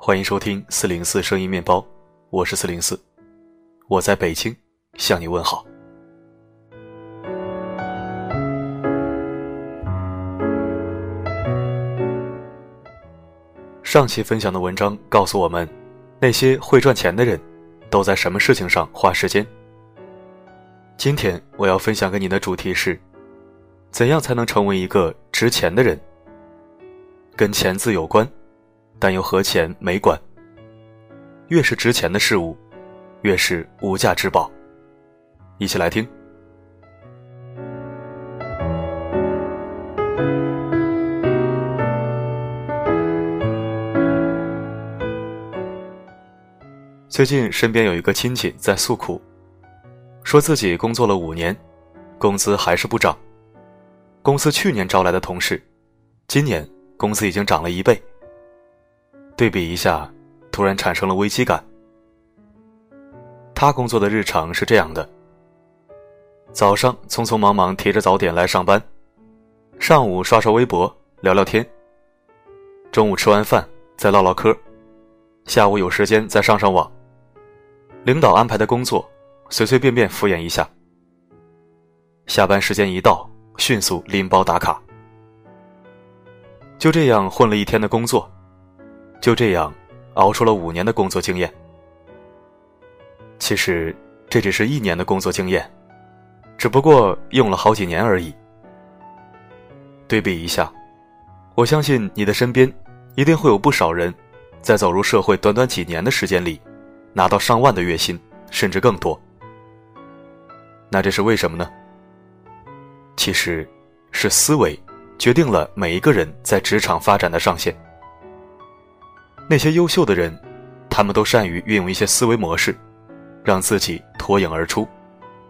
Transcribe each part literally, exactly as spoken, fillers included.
欢迎收听四零四声音面包，我是四零四，我在北京向你问好。上期分享的文章告诉我们，那些会赚钱的人都在什么事情上花时间。今天我要分享给你的主题是，怎样才能成为一个值钱的人？跟钱字有关，但又和钱没关。越是值钱的事物，越是无价之宝。一起来听。最近身边有一个亲戚在诉苦，说自己工作了五年，工资还是不涨。公司去年招来的同事，今年工资已经涨了一倍。对比一下，突然产生了危机感。他工作的日常是这样的：早上匆匆忙忙提着早点来上班，上午刷刷微博聊聊天，中午吃完饭再唠唠嗑，下午有时间再上上网，领导安排的工作随随便便敷衍一下，下班时间一到迅速拎包打卡。就这样混了一天的工作，就这样熬出了五年的工作经验。其实这只是一年的工作经验，只不过用了好几年而已。对比一下，我相信你的身边一定会有不少人在走入社会短短几年的时间里拿到上万的月薪，甚至更多。那这是为什么呢？其实是思维决定了每一个人在职场发展的上限。那些优秀的人，他们都善于运用一些思维模式，让自己脱颖而出。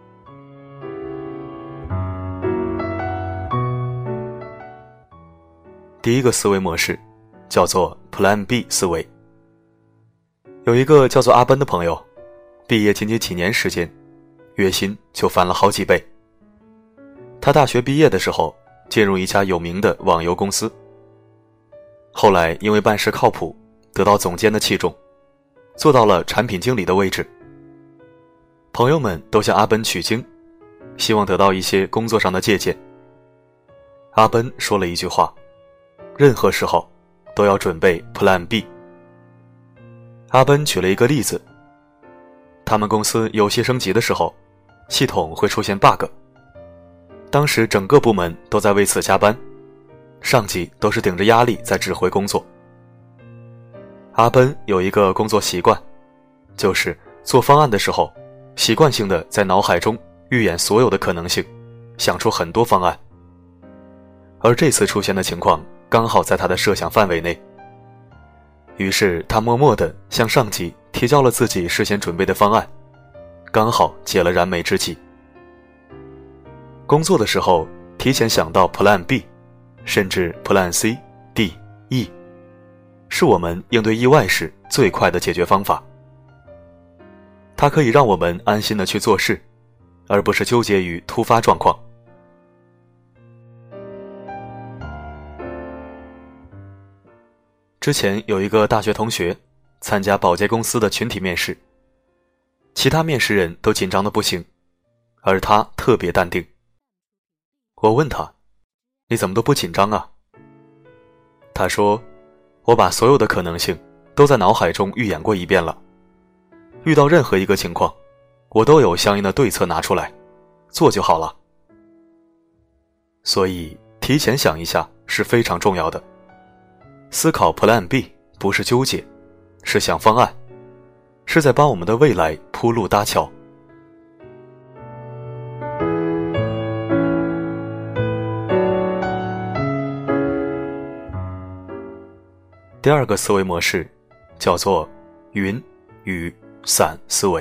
第一个思维模式叫做 Plan B 思维。有一个叫做阿奔的朋友，毕业仅仅几年时间，月薪就翻了好几倍。他大学毕业的时候进入一家有名的网游公司，后来因为办事靠谱，得到总监的器重，做到了产品经理的位置。朋友们都向阿奔取经，希望得到一些工作上的借鉴。阿奔说了一句话，任何时候都要准备 Plan B。 阿奔举了一个例子，他们公司游戏升级的时候，系统会出现 bug， 当时整个部门都在为此加班，上级都是顶着压力在指挥工作。阿奔有一个工作习惯，就是做方案的时候习惯性的在脑海中预演所有的可能性，想出很多方案。而这次出现的情况刚好在他的设想范围内，于是他默默地向上级提交了自己事先准备的方案，刚好解了燃眉之急。工作的时候提前想到 Plan B， 甚至 Plan C、D、E， 是我们应对意外时最快的解决方法。它可以让我们安心地去做事，而不是纠结于突发状况。之前有一个大学同学参加保洁公司的群体面试，其他面试人都紧张得不行，而他特别淡定。我问他，你怎么都不紧张啊？他说，我把所有的可能性都在脑海中预演过一遍了，遇到任何一个情况，我都有相应的对策拿出来，做就好了。所以提前想一下是非常重要的。思考 Plan B 不是纠结，是想方案，是在帮我们的未来铺路搭桥。第二个思维模式叫做云、雨、伞思维。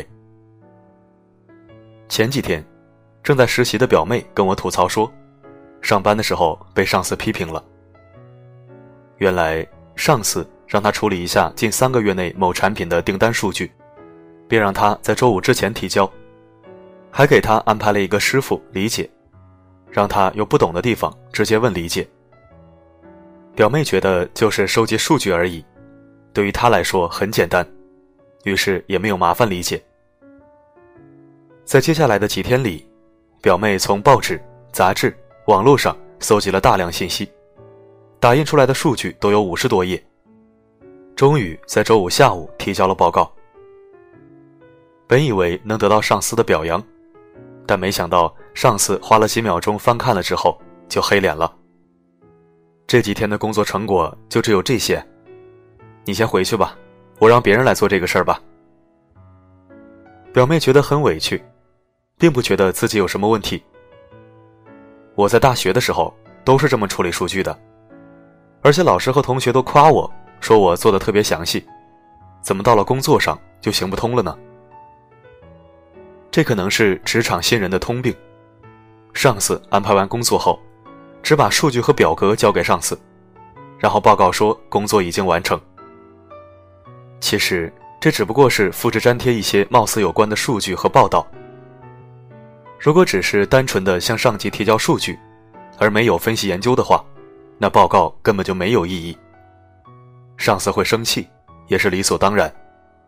前几天正在实习的表妹跟我吐槽说，上班的时候被上司批评了。原来上司让他处理一下近三个月内某产品的订单数据，并让他在周五之前提交，还给他安排了一个师傅理解，让他有不懂的地方直接问理解。表妹觉得就是收集数据而已， 对于他来说很简单，于是也没有麻烦理解。在接下来的几天里，表妹从报纸、杂志、网络上搜集了大量信息，打印出来的数据都有五十多页，终于在周五下午提交了报告。本以为能得到上司的表扬，但没想到上司花了几秒钟翻看了之后就黑脸了。这几天的工作成果就只有这些，你先回去吧，我让别人来做这个事儿吧。表妹觉得很委屈，并不觉得自己有什么问题。我在大学的时候都是这么处理数据的，而且老师和同学都夸我，说我做得特别详细，怎么到了工作上就行不通了呢？这可能是职场新人的通病。上司安排完工作后，只把数据和表格交给上司，然后报告说工作已经完成。其实这只不过是复制粘贴一些貌似有关的数据和报道。如果只是单纯的向上级提交数据，而没有分析研究的话，那报告根本就没有意义。上司会生气，也是理所当然。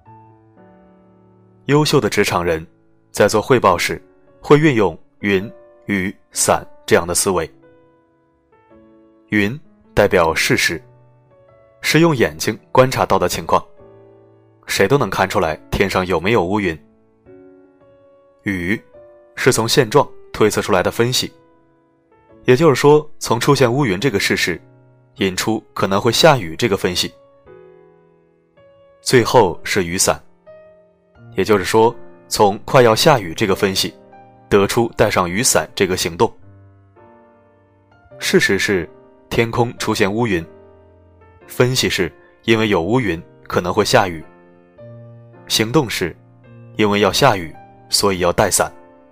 优秀的职场人在做汇报时，会运用云、雨、伞这样的思维。云代表事实，是用眼睛观察到的情况，谁都能看出来天上有没有乌云。雨是从现状推测出来的分析，也就是说，从出现乌云这个事实引出可能会下雨这个分析。最后是雨伞，也就是说，从快要下雨这个分析得出带上雨伞这个行动。事实是天空出现乌云，分析是因为有乌云可能会下雨，行动是因为要下雨所以要带伞。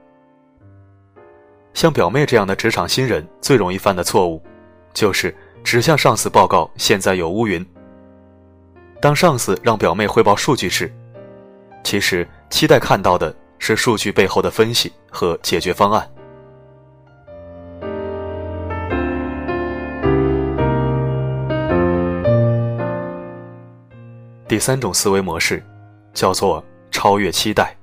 像表妹这样的职场新人最容易犯的错误，就是只向上司报告现在有乌云。当上司让表妹汇报数据时，其实期待看到的是数据背后的分析和解决方案。第三种思维模式叫做超越期待。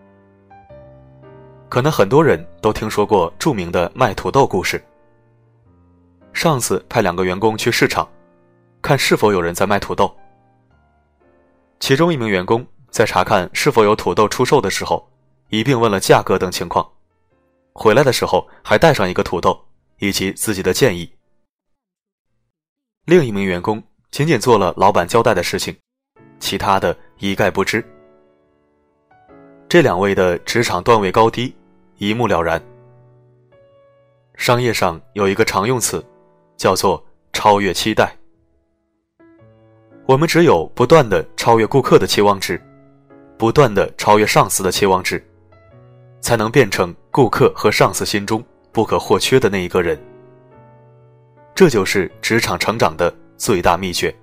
可能很多人都听说过著名的卖土豆故事。上司派两个员工去市场，看是否有人在卖土豆。其中一名员工在查看是否有土豆出售的时候，一并问了价格等情况，回来的时候还带上一个土豆以及自己的建议。另一名员工仅仅做了老板交代的事情，其他的一概不知。这两位的职场段位高低一目了然。商业上有一个常用词叫做超越期待。我们只有不断地超越顾客的期望值，不断地超越上司的期望值，才能变成顾客和上司心中不可或缺的那一个人。这就是职场成长的最大秘诀。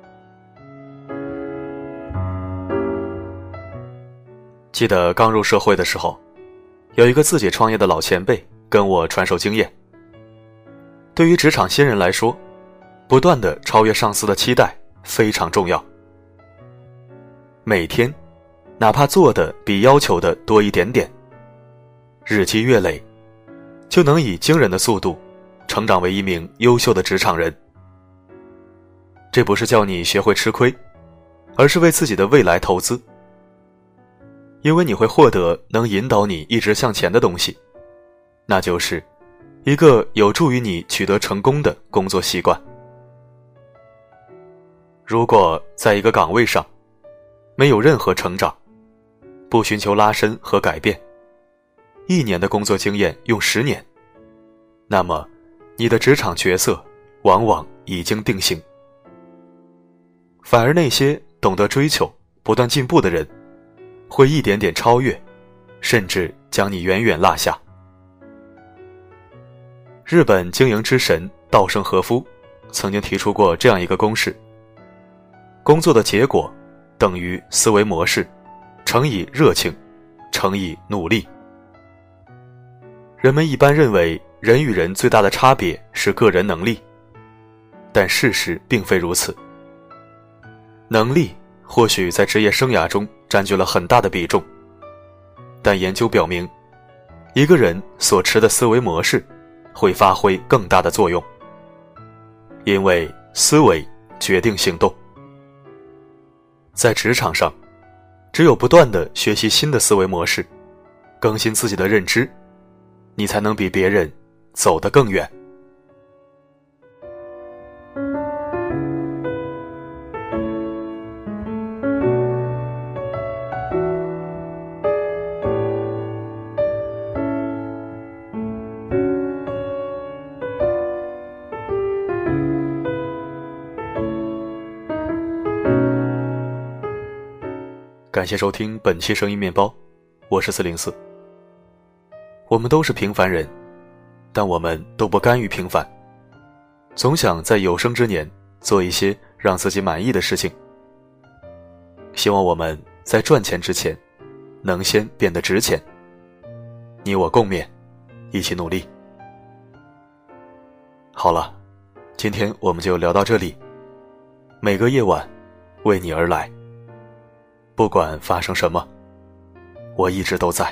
记得刚入社会的时候，有一个自己创业的老前辈跟我传授经验。对于职场新人来说，不断地超越上司的期待非常重要。每天哪怕做的比要求的多一点点，日积月累，就能以惊人的速度成长为一名优秀的职场人。这不是叫你学会吃亏，而是为自己的未来投资。因为你会获得能引导你一直向前的东西，那就是一个有助于你取得成功的工作习惯。如果在一个岗位上没有任何成长，不寻求拉伸和改变，一年的工作经验用十年，那么你的职场角色往往已经定型。反而那些懂得追求、不断进步的人，会一点点超越，甚至将你远远落下。日本经营之神稻盛和夫曾经提出过这样一个公式：工作的结果等于思维模式乘以热情乘以努力。人们一般认为人与人最大的差别是个人能力，但事实并非如此。 能力或许在职业生涯中占据了很大的比重，但研究表明，一个人所持的思维模式会发挥更大的作用，因为思维决定行动。在职场上，只有不断地学习新的思维模式，更新自己的认知，你才能比别人走得更远。感谢收听本期声音面包，我是四零四。我们都是平凡人，但我们都不甘于平凡，总想在有生之年做一些让自己满意的事情。希望我们在赚钱之前能先变得值钱，你我共勉，一起努力。好了，今天我们就聊到这里。每个夜晚为你而来，不管发生什么，我一直都在。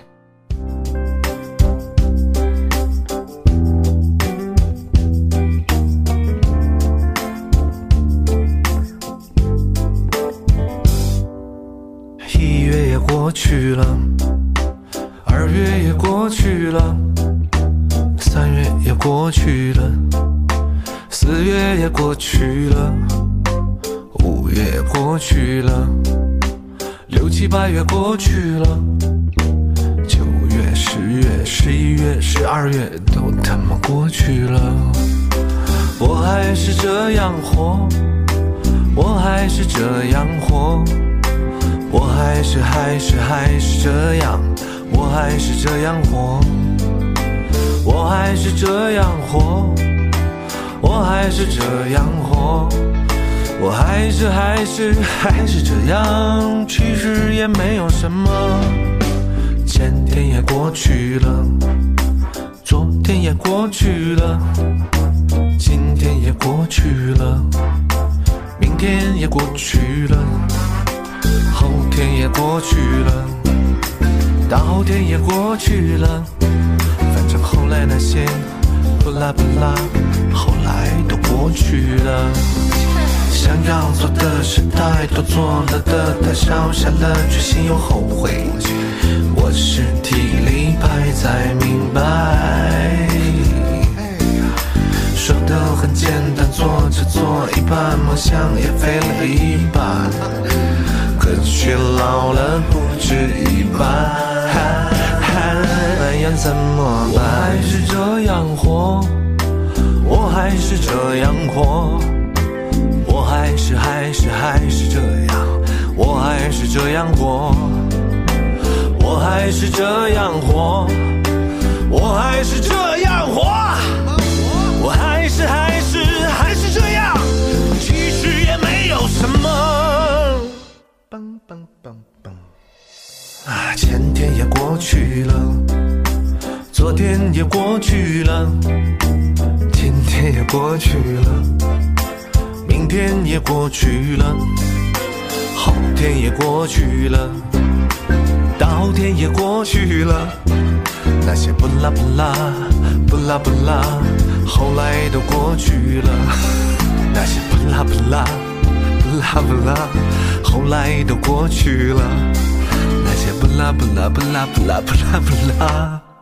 一月也过去了，二月也过去了，三月也过去了，四月也过去了，五月也过去了，六七八月过去了，九月、十月、十一月、十二月都他妈过去了。我还是这样活，我还是这样活，我还是还是还是这样，我还是这样活，我还是这样活，我还是这样活。我还是还是还是这样，其实也没有什么。前天也过去了，昨天也过去了，今天也过去了，明天也过去了，后天也过去了，大后天也过去了，反正后来那些不拉不拉，后来都过去了。想要做的事太多，做了的太少，下了决心又后悔，我是体力派才明白。说得很简单，做着做一半，梦想也飞了一半，可却老了不止一半。那样怎么办？我还是这样活，我还是这样活，我还是还是还是这样，我还是这样活，我还是这样活，我还是这样活，我还是还是还是这样，其实也没有什么。嘣嘣嘣嘣啊，前天也过去了，昨天也过去了，今天也过去了，明天也过去了，后天也过去了，大后天也过去了，那些不拉不拉不拉不拉后来都过去了，那些不拉不拉不拉不拉后来都过去了，那些不拉不拉不拉不拉不拉不拉